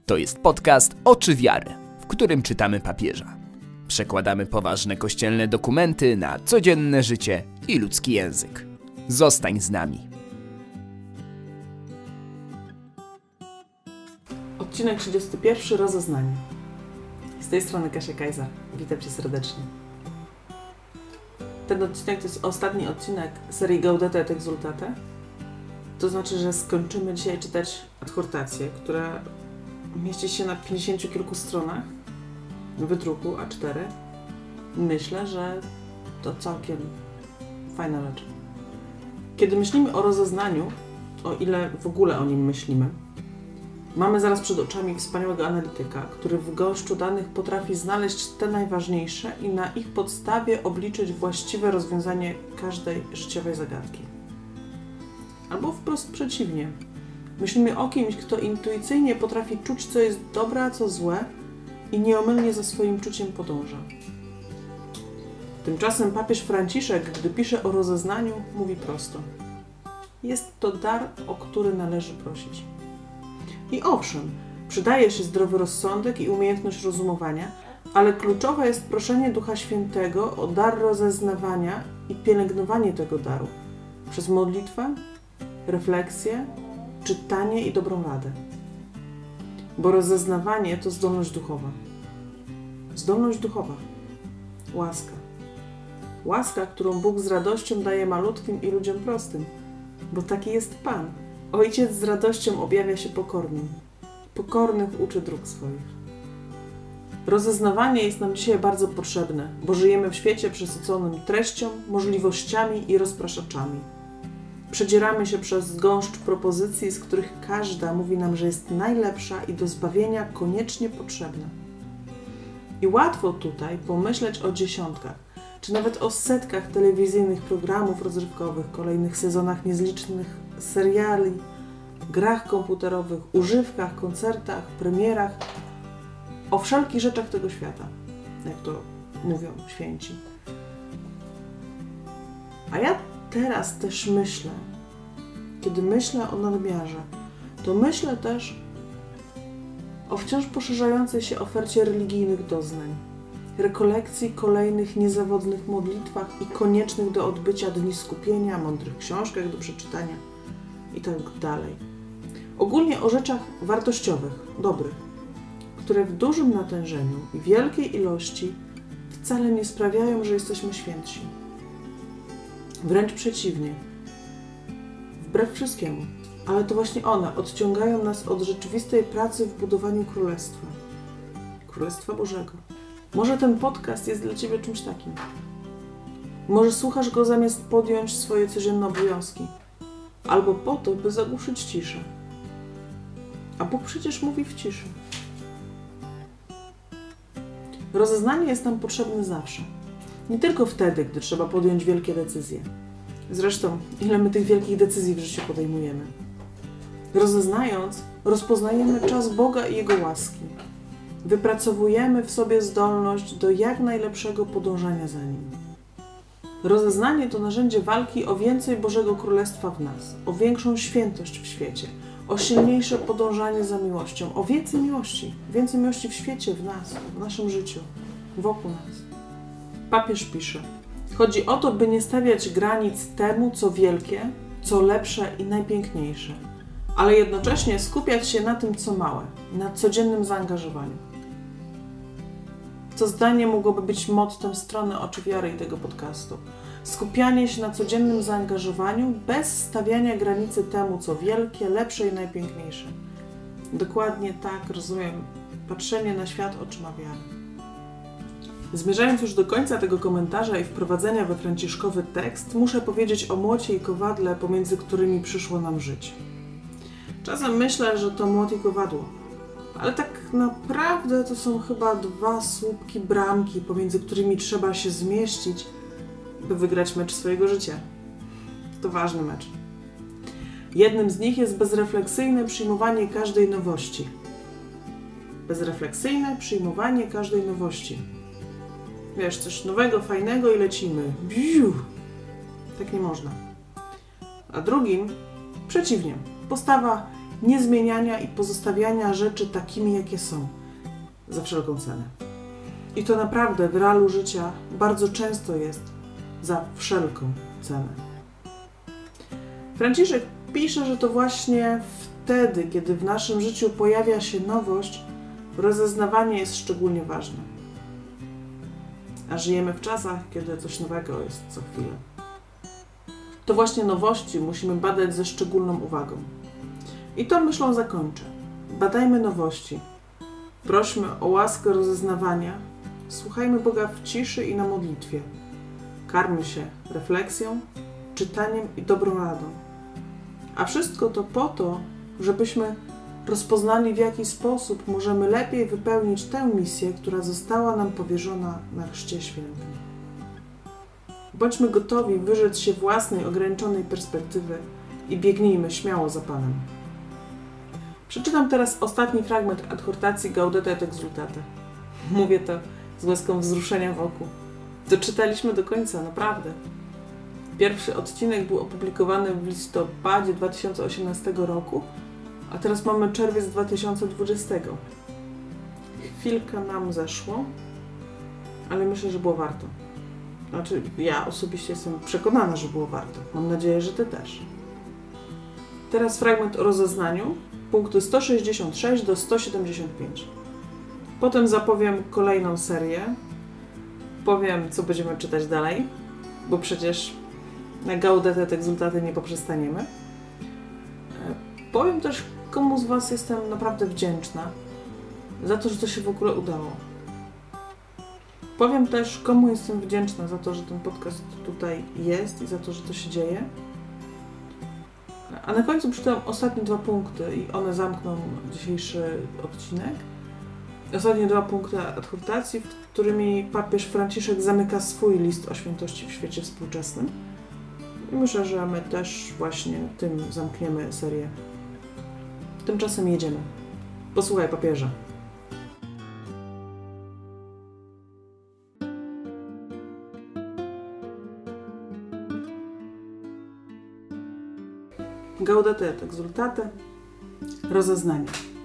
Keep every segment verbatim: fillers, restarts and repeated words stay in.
To jest podcast Oczy Wiary, w którym czytamy papieża. Przekładamy poważne kościelne dokumenty na codzienne życie i ludzki język. Zostań z nami. Odcinek trzydziesty pierwszy. Rozeznanie. Z tej strony Kasia Kajzar. Witam Cię serdecznie. Ten odcinek to jest ostatni odcinek serii Gaudete et Exsultate. To znaczy, że skończymy dzisiaj czytać adhortację, która mieści się na pięćdziesięciu kilku stronach wydruku A cztery. Myślę, że to całkiem fajna rzecz. Kiedy myślimy o rozeznaniu, o ile w ogóle o nim myślimy, mamy zaraz przed oczami wspaniałego analityka, który w gąszczu danych potrafi znaleźć te najważniejsze i na ich podstawie obliczyć właściwe rozwiązanie każdej życiowej zagadki. Albo wprost przeciwnie. Myślimy o kimś, kto intuicyjnie potrafi czuć, co jest dobre, a co złe i nieomylnie za swoim czuciem podąża. Tymczasem papież Franciszek, gdy pisze o rozeznaniu, mówi prosto. Jest to dar, o który należy prosić. I owszem, przydaje się zdrowy rozsądek i umiejętność rozumowania, ale kluczowe jest proszenie Ducha Świętego o dar rozeznawania i pielęgnowanie tego daru przez modlitwę, refleksję, czytanie i dobrą radę. Bo rozeznawanie to zdolność duchowa. Zdolność duchowa. Łaska. Łaska, którą Bóg z radością daje malutkim i ludziom prostym, bo taki jest Pan. Ojciec z radością objawia się pokornym. Pokornych uczy dróg swoich. Rozeznawanie jest nam dzisiaj bardzo potrzebne, bo żyjemy w świecie przesyconym treścią, możliwościami i rozpraszaczami. Przedzieramy się przez gąszcz propozycji, z których każda mówi nam, że jest najlepsza i do zbawienia koniecznie potrzebna. I łatwo tutaj pomyśleć o dziesiątkach, czy nawet o setkach telewizyjnych programów rozrywkowych, kolejnych sezonach niezlicznych seriali, grach komputerowych, używkach, koncertach, premierach, o wszelkich rzeczach tego świata, jak to mówią święci. A ja teraz też myślę, kiedy myślę o nadmiarze, to myślę też o wciąż poszerzającej się ofercie religijnych doznań, rekolekcji kolejnych niezawodnych modlitwach i koniecznych do odbycia dni skupienia, mądrych książkach do przeczytania i tak dalej. Ogólnie o rzeczach wartościowych, dobrych, które w dużym natężeniu i wielkiej ilości wcale nie sprawiają, że jesteśmy świętsi. Wręcz przeciwnie. Wbrew wszystkiemu. Ale to właśnie one odciągają nas od rzeczywistej pracy w budowaniu Królestwa. Królestwa Bożego. Może ten podcast jest dla Ciebie czymś takim. Może słuchasz go zamiast podjąć swoje codzienne obowiązki. Albo po to, by zagłuszyć ciszę. A Bóg przecież mówi w ciszy. Rozeznanie jest nam potrzebne zawsze. Nie tylko wtedy, gdy trzeba podjąć wielkie decyzje. Zresztą, ile my tych wielkich decyzji w życiu podejmujemy. Rozeznając, rozpoznajemy czas Boga i Jego łaski. Wypracowujemy w sobie zdolność do jak najlepszego podążania za Nim. Rozeznanie to narzędzie walki o więcej Bożego Królestwa w nas, o większą świętość w świecie, o silniejsze podążanie za miłością, o więcej miłości, więcej miłości w świecie, w nas, w naszym życiu, wokół nas. Papież pisze, chodzi o to, by nie stawiać granic temu, co wielkie, co lepsze i najpiękniejsze, ale jednocześnie skupiać się na tym, co małe, na codziennym zaangażowaniu. To zdanie mogłoby być mottem strony Oczy Wiary i tego podcastu. Skupianie się na codziennym zaangażowaniu bez stawiania granicy temu, co wielkie, lepsze i najpiękniejsze. Dokładnie tak rozumiem patrzenie na świat oczyma wiary. Zmierzając już do końca tego komentarza i wprowadzenia we franciszkowy tekst, muszę powiedzieć o młocie i kowadle, pomiędzy którymi przyszło nam żyć. Czasem myślę, że to młot i kowadło, ale tak naprawdę to są chyba dwa słupki bramki, pomiędzy którymi trzeba się zmieścić, by wygrać mecz swojego życia. To ważny mecz. Jednym z nich jest bezrefleksyjne przyjmowanie każdej nowości. Bezrefleksyjne przyjmowanie każdej nowości. Wiesz, coś nowego, fajnego i lecimy. Biu! Tak nie można. A drugim, przeciwnie, postawa niezmieniania i pozostawiania rzeczy takimi, jakie są, za wszelką cenę. I to naprawdę w realu życia bardzo często jest za wszelką cenę. Franciszek pisze, że to właśnie wtedy, kiedy w naszym życiu pojawia się nowość, rozeznawanie jest szczególnie ważne. A żyjemy w czasach, kiedy coś nowego jest co chwilę. To właśnie nowości musimy badać ze szczególną uwagą. I tą myślą zakończę. Badajmy nowości. Prośmy o łaskę rozeznawania. Słuchajmy Boga w ciszy i na modlitwie. Karmy się refleksją, czytaniem i dobrą radą. A wszystko to po to, żebyśmy rozpoznali, w jaki sposób możemy lepiej wypełnić tę misję, która została nam powierzona na Chrzcie Świętym. Bądźmy gotowi wyrzec się własnej ograniczonej perspektywy i biegnijmy śmiało za Panem. Przeczytam teraz ostatni fragment adhortacji Gaudete et Exsultate. Mówię to z łaską wzruszenia wokół. Doczytaliśmy do końca, naprawdę. Pierwszy odcinek był opublikowany w listopadzie dwa tysiące osiemnastego roku, a teraz mamy czerwiec dwa tysiące dwudziestego. Chwilkę nam zeszło, ale myślę, że było warto. Znaczy, ja osobiście jestem przekonana, że było warto. Mam nadzieję, że Ty też. Teraz fragment o rozeznaniu, punkty sto sześćdziesiąt sześć do sto siedemdziesiąt pięć. Potem zapowiem kolejną serię. Powiem, co będziemy czytać dalej, bo przecież na Gaudete et Exsultate nie poprzestaniemy. Powiem też, komu z Was jestem naprawdę wdzięczna za to, że to się w ogóle udało. Powiem też, komu jestem wdzięczna za to, że ten podcast tutaj jest i za to, że to się dzieje. A na końcu przeczytam ostatnie dwa punkty i one zamkną dzisiejszy odcinek. Ostatnie dwa punkty adhortacji, którymi papież Franciszek zamyka swój list o świętości w świecie współczesnym. I myślę, że my też właśnie tym zamkniemy serię. Tymczasem jedziemy. Posłuchaj papieża. Gaudete et Exsultate. Rozeznanie.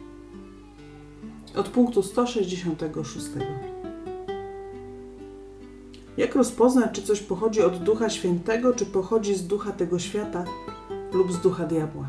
Od punktu sto sześćdziesiątego szóstego. Jak rozpoznać, czy coś pochodzi od Ducha Świętego, czy pochodzi z ducha tego świata lub z ducha diabła?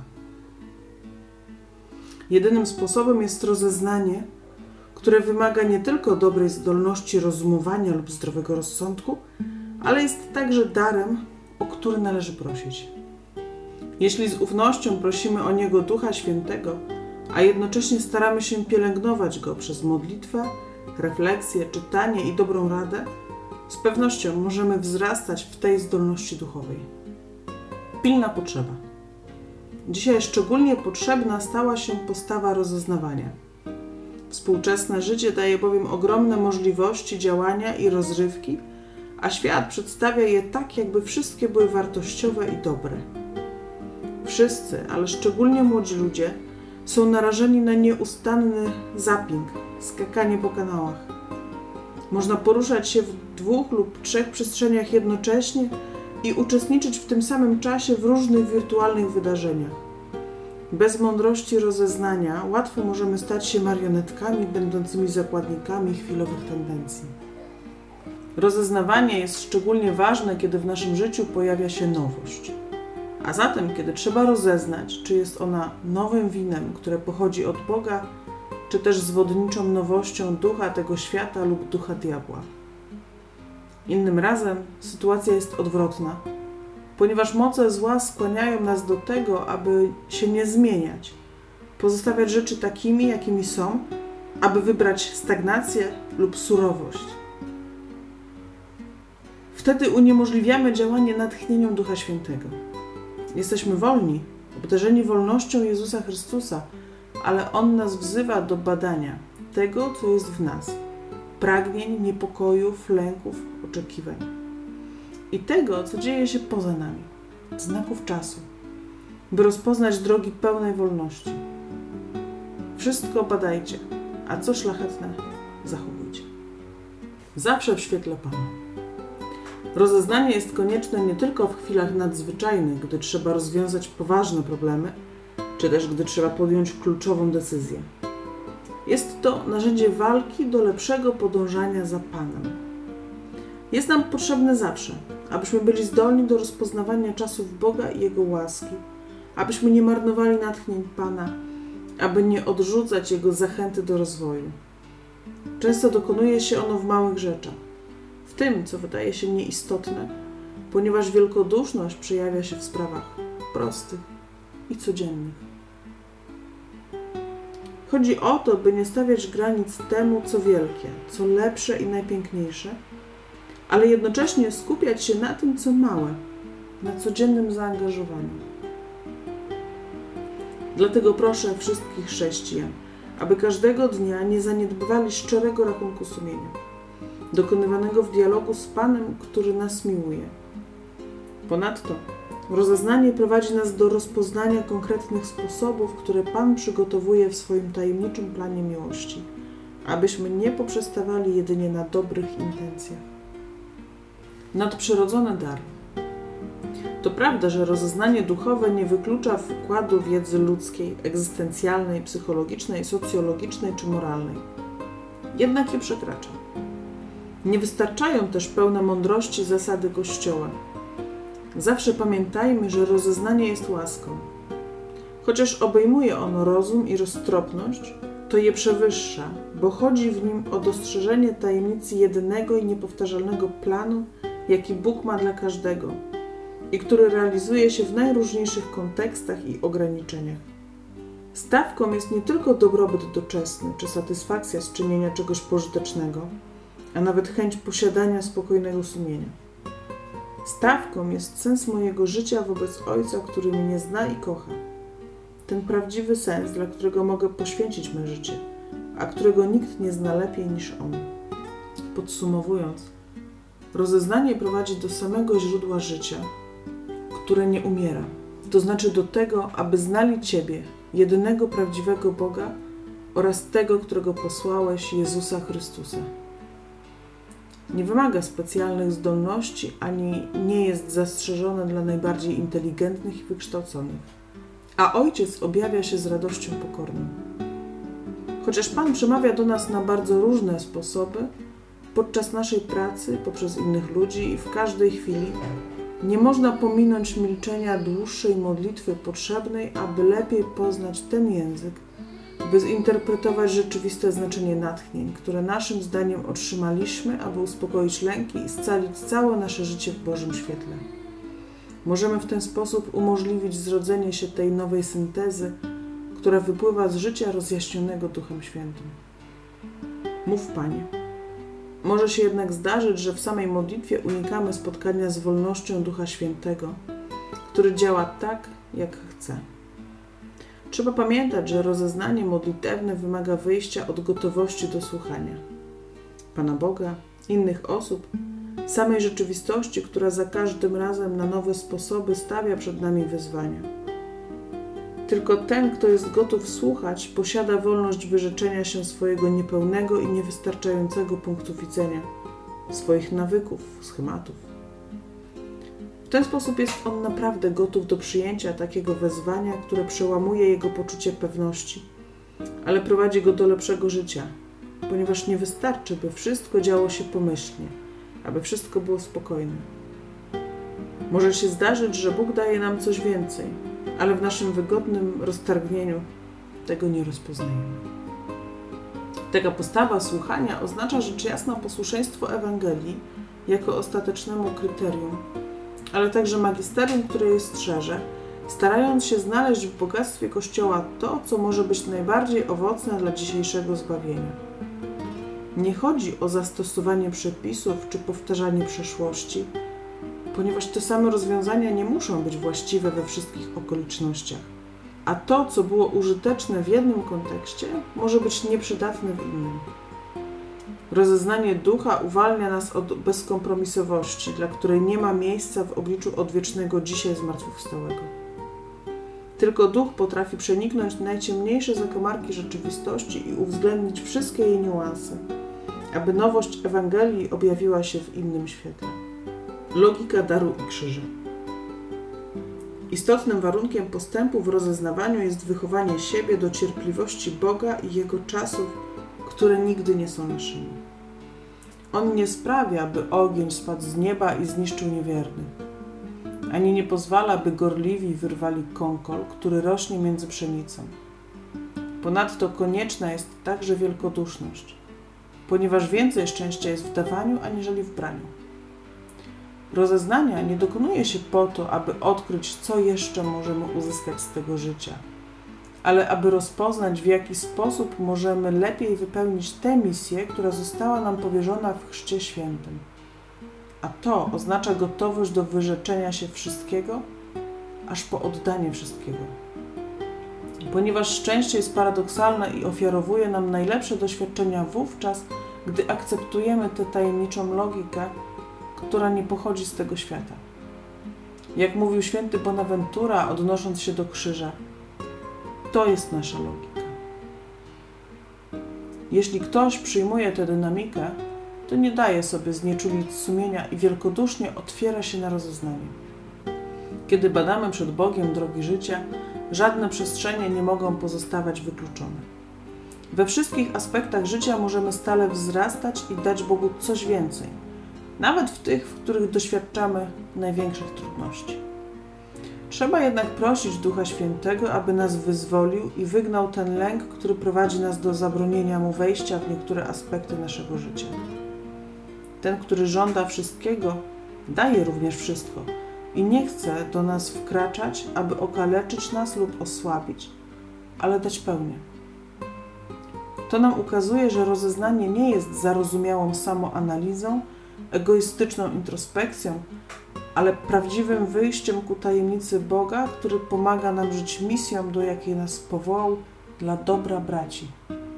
Jedynym sposobem jest rozeznanie, które wymaga nie tylko dobrej zdolności rozumowania lub zdrowego rozsądku, ale jest także darem, o który należy prosić. Jeśli z ufnością prosimy o niego Ducha Świętego, a jednocześnie staramy się pielęgnować go przez modlitwę, refleksję, czytanie i dobrą radę, z pewnością możemy wzrastać w tej zdolności duchowej. Pilna potrzeba. Dzisiaj szczególnie potrzebna stała się postawa rozeznawania. Współczesne życie daje bowiem ogromne możliwości działania i rozrywki, a świat przedstawia je tak, jakby wszystkie były wartościowe i dobre. Wszyscy, ale szczególnie młodzi ludzie, są narażeni na nieustanny zapping, skakanie po kanałach. Można poruszać się w dwóch lub trzech przestrzeniach jednocześnie i uczestniczyć w tym samym czasie w różnych wirtualnych wydarzeniach. Bez mądrości rozeznania łatwo możemy stać się marionetkami będącymi zakładnikami chwilowych tendencji. Rozeznawanie jest szczególnie ważne, kiedy w naszym życiu pojawia się nowość. A zatem, kiedy trzeba rozeznać, czy jest ona nowym winem, które pochodzi od Boga, czy też zwodniczą nowością ducha tego świata lub ducha diabła. Innym razem sytuacja jest odwrotna, ponieważ moce zła skłaniają nas do tego, aby się nie zmieniać, pozostawiać rzeczy takimi, jakimi są, aby wybrać stagnację lub surowość. Wtedy uniemożliwiamy działanie natchnieniom Ducha Świętego. Jesteśmy wolni, obdarzeni wolnością Jezusa Chrystusa, ale On nas wzywa do badania tego, co jest w nas. Pragnień, niepokojów, lęków, oczekiwań. I tego, co dzieje się poza nami. Znaków czasu. By rozpoznać drogi pełnej wolności. Wszystko badajcie, a co szlachetne zachowujcie. Zawsze w świetle Pana. Rozeznanie jest konieczne nie tylko w chwilach nadzwyczajnych, gdy trzeba rozwiązać poważne problemy, czy też gdy trzeba podjąć kluczową decyzję. Jest to narzędzie walki do lepszego podążania za Panem. Jest nam potrzebne zawsze, abyśmy byli zdolni do rozpoznawania czasów Boga i Jego łaski, abyśmy nie marnowali natchnień Pana, aby nie odrzucać Jego zachęty do rozwoju. Często dokonuje się ono w małych rzeczach, w tym, co wydaje się nieistotne, ponieważ wielkoduszność przejawia się w sprawach prostych i codziennych. Chodzi o to, by nie stawiać granic temu, co wielkie, co lepsze i najpiękniejsze, ale jednocześnie skupiać się na tym, co małe, na codziennym zaangażowaniu. Dlatego proszę wszystkich chrześcijan, aby każdego dnia nie zaniedbywali szczerego rachunku sumienia, dokonywanego w dialogu z Panem, który nas miłuje. Ponadto rozeznanie prowadzi nas do rozpoznania konkretnych sposobów, które Pan przygotowuje w swoim tajemniczym planie miłości, abyśmy nie poprzestawali jedynie na dobrych intencjach. Nadprzyrodzony dar. To prawda, że rozeznanie duchowe nie wyklucza wkładu wiedzy ludzkiej, egzystencjalnej, psychologicznej, socjologicznej czy moralnej. Jednak je przekracza. Nie wystarczają też pełne mądrości zasady Kościoła. Zawsze pamiętajmy, że rozeznanie jest łaską. Chociaż obejmuje ono rozum i roztropność, to je przewyższa, bo chodzi w nim o dostrzeżenie tajemnicy jedynego i niepowtarzalnego planu, jaki Bóg ma dla każdego i który realizuje się w najróżniejszych kontekstach i ograniczeniach. Stawką jest nie tylko dobrobyt doczesny czy satysfakcja z czynienia czegoś pożytecznego, a nawet chęć posiadania spokojnego sumienia. Stawką jest sens mojego życia wobec Ojca, który mnie zna i kocha. Ten prawdziwy sens, dla którego mogę poświęcić me życie, a którego nikt nie zna lepiej niż On. Podsumowując, rozeznanie prowadzi do samego źródła życia, które nie umiera, to znaczy do tego, aby znali Ciebie, jedynego prawdziwego Boga oraz tego, którego posłałeś, Jezusa Chrystusa. Nie wymaga specjalnych zdolności, ani nie jest zastrzeżone dla najbardziej inteligentnych i wykształconych, a Ojciec objawia się z radością pokorną. Chociaż Pan przemawia do nas na bardzo różne sposoby, podczas naszej pracy, poprzez innych ludzi i w każdej chwili, nie można pominąć milczenia dłuższej modlitwy potrzebnej, aby lepiej poznać ten język, by zinterpretować rzeczywiste znaczenie natchnień, które naszym zdaniem otrzymaliśmy, aby uspokoić lęki i scalić całe nasze życie w Bożym świetle. Możemy w ten sposób umożliwić zrodzenie się tej nowej syntezy, która wypływa z życia rozjaśnionego Duchem Świętym. Mów, Panie. Może się jednak zdarzyć, że w samej modlitwie unikamy spotkania z wolnością Ducha Świętego, który działa tak, jak chce. Trzeba pamiętać, że rozeznanie modlitewne wymaga wyjścia od gotowości do słuchania Pana Boga, innych osób, samej rzeczywistości, która za każdym razem na nowe sposoby stawia przed nami wyzwania. Tylko ten, kto jest gotów słuchać, posiada wolność wyrzeczenia się swojego niepełnego i niewystarczającego punktu widzenia, swoich nawyków, schematów. W ten sposób jest on naprawdę gotów do przyjęcia takiego wezwania, które przełamuje jego poczucie pewności, ale prowadzi go do lepszego życia, ponieważ nie wystarczy, by wszystko działo się pomyślnie, aby wszystko było spokojne. Może się zdarzyć, że Bóg daje nam coś więcej, ale w naszym wygodnym roztargnieniu tego nie rozpoznajemy. Taka postawa słuchania oznacza rzecz jasna posłuszeństwo Ewangelii jako ostatecznemu kryterium, ale także magisterium, które je strzeże, starając się znaleźć w bogactwie Kościoła to, co może być najbardziej owocne dla dzisiejszego zbawienia. Nie chodzi o zastosowanie przepisów czy powtarzanie przeszłości, ponieważ te same rozwiązania nie muszą być właściwe we wszystkich okolicznościach, a to, co było użyteczne w jednym kontekście, może być nieprzydatne w innym. Rozeznanie ducha uwalnia nas od bezkompromisowości, dla której nie ma miejsca w obliczu odwiecznego dzisiaj zmartwychwstałego. Tylko duch potrafi przeniknąć najciemniejsze zakamarki rzeczywistości i uwzględnić wszystkie jej niuanse, aby nowość Ewangelii objawiła się w innym świetle. Logika daru i krzyża. Istotnym warunkiem postępu w rozeznawaniu jest wychowanie siebie do cierpliwości Boga i Jego czasów, które nigdy nie są naszymi. On nie sprawia, by ogień spadł z nieba i zniszczył niewiernych, ani nie pozwala, by gorliwi wyrwali kąkol, który rośnie między pszenicą. Ponadto konieczna jest także wielkoduszność, ponieważ więcej szczęścia jest w dawaniu, aniżeli w braniu. Rozeznania nie dokonuje się po to, aby odkryć, co jeszcze możemy uzyskać z tego życia, ale aby rozpoznać, w jaki sposób możemy lepiej wypełnić tę misję, która została nam powierzona w Chrzcie Świętym. A to oznacza gotowość do wyrzeczenia się wszystkiego, aż po oddanie wszystkiego. Ponieważ szczęście jest paradoksalne i ofiarowuje nam najlepsze doświadczenia wówczas, gdy akceptujemy tę tajemniczą logikę, która nie pochodzi z tego świata. Jak mówił święty Bonaventura, odnosząc się do krzyża, to jest nasza logika. Jeśli ktoś przyjmuje tę dynamikę, to nie daje sobie znieczulić sumienia i wielkodusznie otwiera się na rozeznanie. Kiedy badamy przed Bogiem drogi życia, żadne przestrzenie nie mogą pozostawać wykluczone. We wszystkich aspektach życia możemy stale wzrastać i dać Bogu coś więcej, nawet w tych, w których doświadczamy największych trudności. Trzeba jednak prosić Ducha Świętego, aby nas wyzwolił i wygnał ten lęk, który prowadzi nas do zabronienia Mu wejścia w niektóre aspekty naszego życia. Ten, który żąda wszystkiego, daje również wszystko i nie chce do nas wkraczać, aby okaleczyć nas lub osłabić, ale dać pełnię. To nam ukazuje, że rozeznanie nie jest zarozumiałą samoanalizą, egoistyczną introspekcją, ale prawdziwym wyjściem ku tajemnicy Boga, który pomaga nam żyć misją, do jakiej nas powołał dla dobra braci.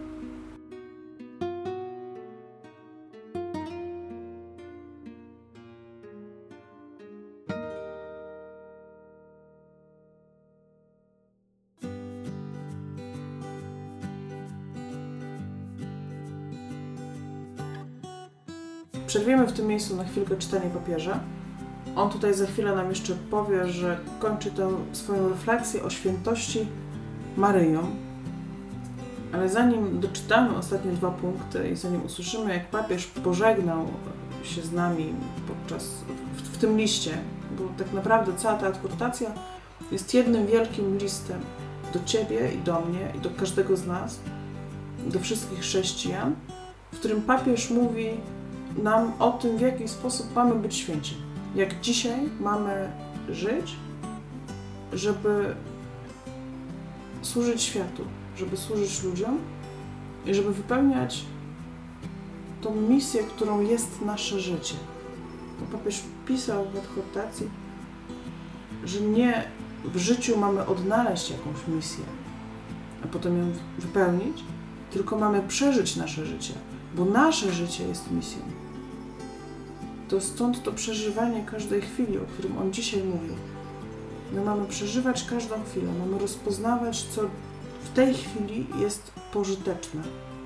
Przerwiemy w tym miejscu na chwilkę czytanie papieża. On tutaj za chwilę nam jeszcze powie, że kończy tę swoją refleksję o świętości Maryją. Ale zanim doczytamy ostatnie dwa punkty i zanim usłyszymy, jak papież pożegnał się z nami podczas, w, w tym liście, bo tak naprawdę cała ta adhortacja jest jednym wielkim listem do Ciebie i do mnie i do każdego z nas, do wszystkich chrześcijan, w którym papież mówi nam o tym, w jaki sposób mamy być święci. Jak dzisiaj mamy żyć, żeby służyć światu, żeby służyć ludziom i żeby wypełniać tą misję, którą jest nasze życie. Bo papież pisał w adhortacji, że nie w życiu mamy odnaleźć jakąś misję, a potem ją wypełnić, tylko mamy przeżyć nasze życie, bo nasze życie jest misją. To stąd to przeżywanie każdej chwili, o którym on dzisiaj mówił. My mamy przeżywać każdą chwilę, mamy rozpoznawać, co w tej chwili jest pożyteczne.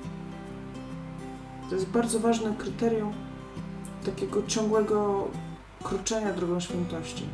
To jest bardzo ważne kryterium takiego ciągłego kroczenia drogą świętości.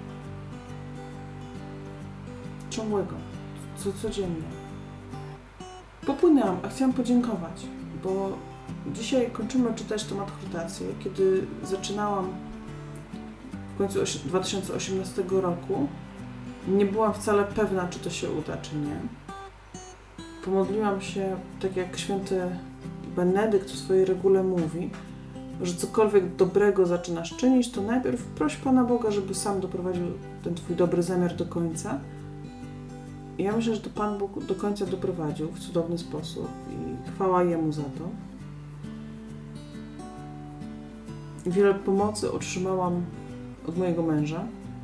Ciągłego, co codziennie. Popłynęłam, a chciałam podziękować, bo dzisiaj kończymy czytać tę adhortację. Kiedy zaczynałam w końcu dwa tysiące osiemnastego roku, nie byłam wcale pewna, czy to się uda, czy nie. Pomodliłam się, tak jak święty Benedykt w swojej regule mówi, że cokolwiek dobrego zaczynasz czynić, to najpierw proś Pana Boga, żeby sam doprowadził ten Twój dobry zamiar do końca. I ja myślę, że to Pan Bóg do końca doprowadził w cudowny sposób i chwała Jemu za to. Wiele pomocy otrzymałam od mojego męża.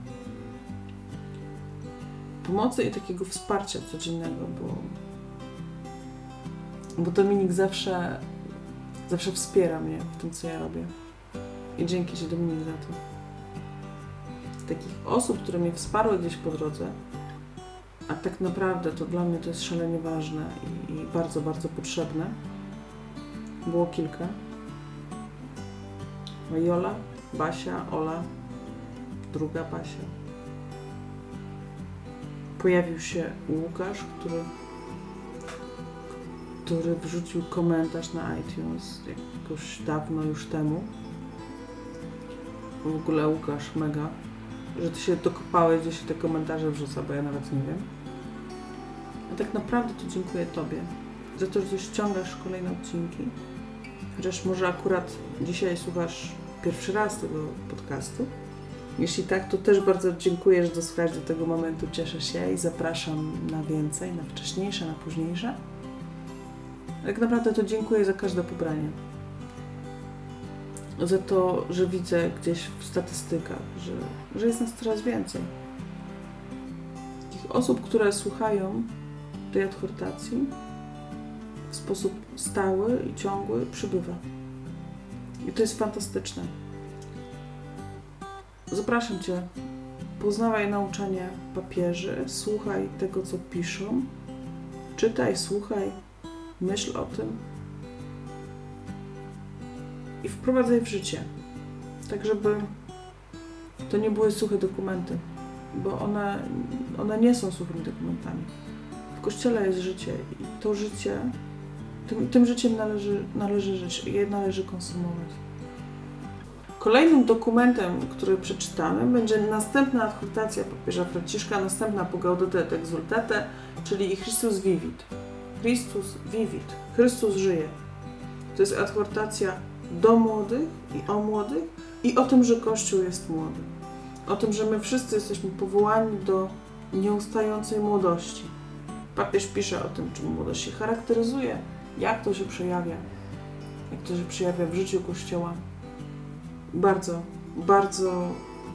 Pomocy i takiego wsparcia codziennego, bo, bo Dominik zawsze, zawsze wspiera mnie w tym, co ja robię. I dzięki Ci, Dominik, za to. Takich osób, które mnie wsparły gdzieś po drodze, a tak naprawdę to dla mnie to jest szalenie ważne i, i bardzo, bardzo potrzebne. Było kilka. Jola, Basia, Ola, druga Basia. pojawił się Łukasz, który, który wrzucił komentarz na iTunes jakoś dawno już temu. W ogóle Łukasz, mega, że ty się dokopałeś, gdzie się te komentarze wrzuca, bo ja nawet nie wiem. A tak naprawdę to dziękuję Tobie za to, że ściągasz kolejne odcinki. Chociaż może akurat dzisiaj słuchasz pierwszy raz tego podcastu. Jeśli tak, to też bardzo dziękuję, że dosłuchałeś do tego momentu. Cieszę się i zapraszam na więcej, na wcześniejsze, na późniejsze. Tak naprawdę to dziękuję za każde pobranie. Za to, że widzę gdzieś w statystykach, że, że jest nas coraz więcej. Takich osób, które słuchają tej adhortacji w sposób stały i ciągły przybywa. I to jest fantastyczne. Zapraszam Cię, poznawaj nauczanie papieży, słuchaj tego, co piszą, czytaj, słuchaj, myśl o tym i wprowadzaj w życie, tak żeby to nie były suche dokumenty, bo one, one nie są suchymi dokumentami. W Kościele jest życie i to życie, tym, tym życiem należy, należy żyć, je należy konsumować. Kolejnym dokumentem, który przeczytamy, będzie następna adhortacja papieża Franciszka, następna po Gaudete et Exsultate, czyli Christus vivit. Chrystus vivit. Chrystus żyje. To jest adhortacja do młodych i o młodych i o tym, że Kościół jest młody. O tym, że my wszyscy jesteśmy powołani do nieustającej młodości. Papież pisze o tym, czym młodość się charakteryzuje, jak to się przejawia, jak to się przejawia w życiu Kościoła. Bardzo, bardzo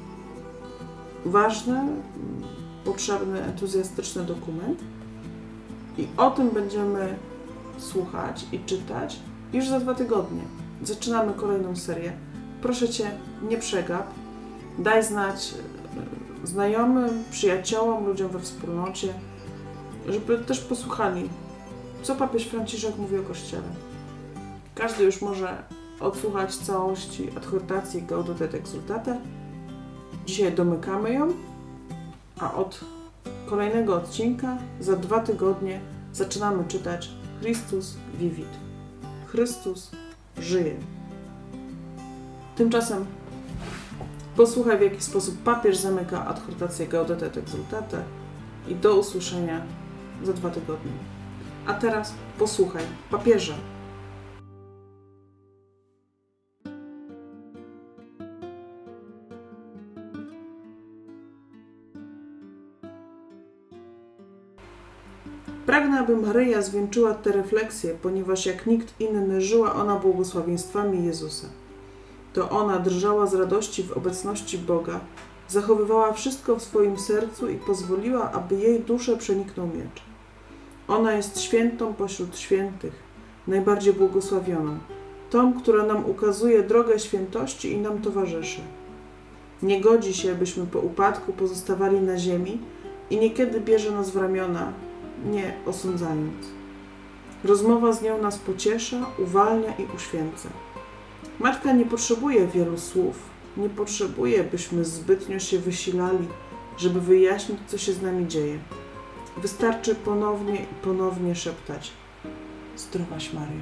ważny, potrzebny, entuzjastyczny dokument i o tym będziemy słuchać i czytać już za dwa tygodnie. Zaczynamy kolejną serię. Proszę Cię, nie przegap, daj znać znajomym, przyjaciołom, ludziom we wspólnocie, żeby też posłuchali, co papież Franciszek mówi o Kościele. Każdy już może odsłuchać całości adhortacji Gaudete et Exsultate. Dzisiaj domykamy ją, a od kolejnego odcinka za dwa tygodnie zaczynamy czytać Christus vivit. Chrystus żyje. Tymczasem posłuchaj, w jaki sposób papież zamyka adhortację Gaudete et Exsultate i do usłyszenia za dwa tygodnie. A teraz posłuchaj papieża. Pragnę, aby Maryja zwieńczyła tę refleksję, ponieważ jak nikt inny żyła ona błogosławieństwami Jezusa. To ona drżała z radości w obecności Boga, zachowywała wszystko w swoim sercu i pozwoliła, aby jej duszę przeniknął miecz. Ona jest świętą pośród świętych, najbardziej błogosławioną, tą, która nam ukazuje drogę świętości i nam towarzyszy. Nie godzi się, byśmy po upadku pozostawali na ziemi i niekiedy bierze nas w ramiona, nie osądzając. Rozmowa z nią nas pociesza, uwalnia i uświęca. Matka nie potrzebuje wielu słów, nie potrzebuje, byśmy zbytnio się wysilali, żeby wyjaśnić, co się z nami dzieje. Wystarczy ponownie i ponownie szeptać: Zdrowaś Maryjo.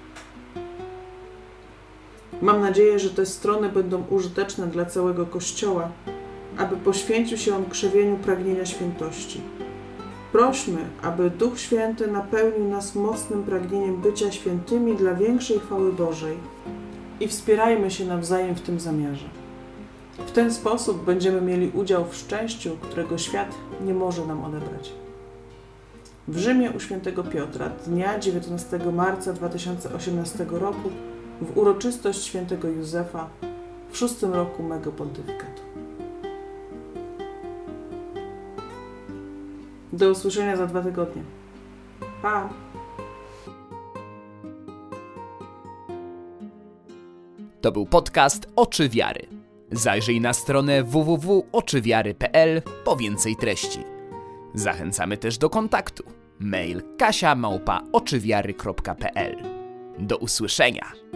Mam nadzieję, że te strony będą użyteczne dla całego Kościoła, aby poświęcił się on krzewieniu pragnienia świętości. Prośmy, aby Duch Święty napełnił nas mocnym pragnieniem bycia świętymi dla większej chwały Bożej i wspierajmy się nawzajem w tym zamiarze. W ten sposób będziemy mieli udział w szczęściu, którego świat nie może nam odebrać. W Rzymie u świętego Piotra dnia dziewiętnastego marca dwa tysiące osiemnastego roku w uroczystość świętego Józefa w szóstym roku mego pontyfikatu. Do usłyszenia za dwa tygodnie. Pa! To był podcast Oczy Wiary. Zajrzyj na stronę w w w kropka oczywiary kropka p l po więcej treści. Zachęcamy też do kontaktu. Mail kasia małpa oczywiary kropka p l. Do usłyszenia!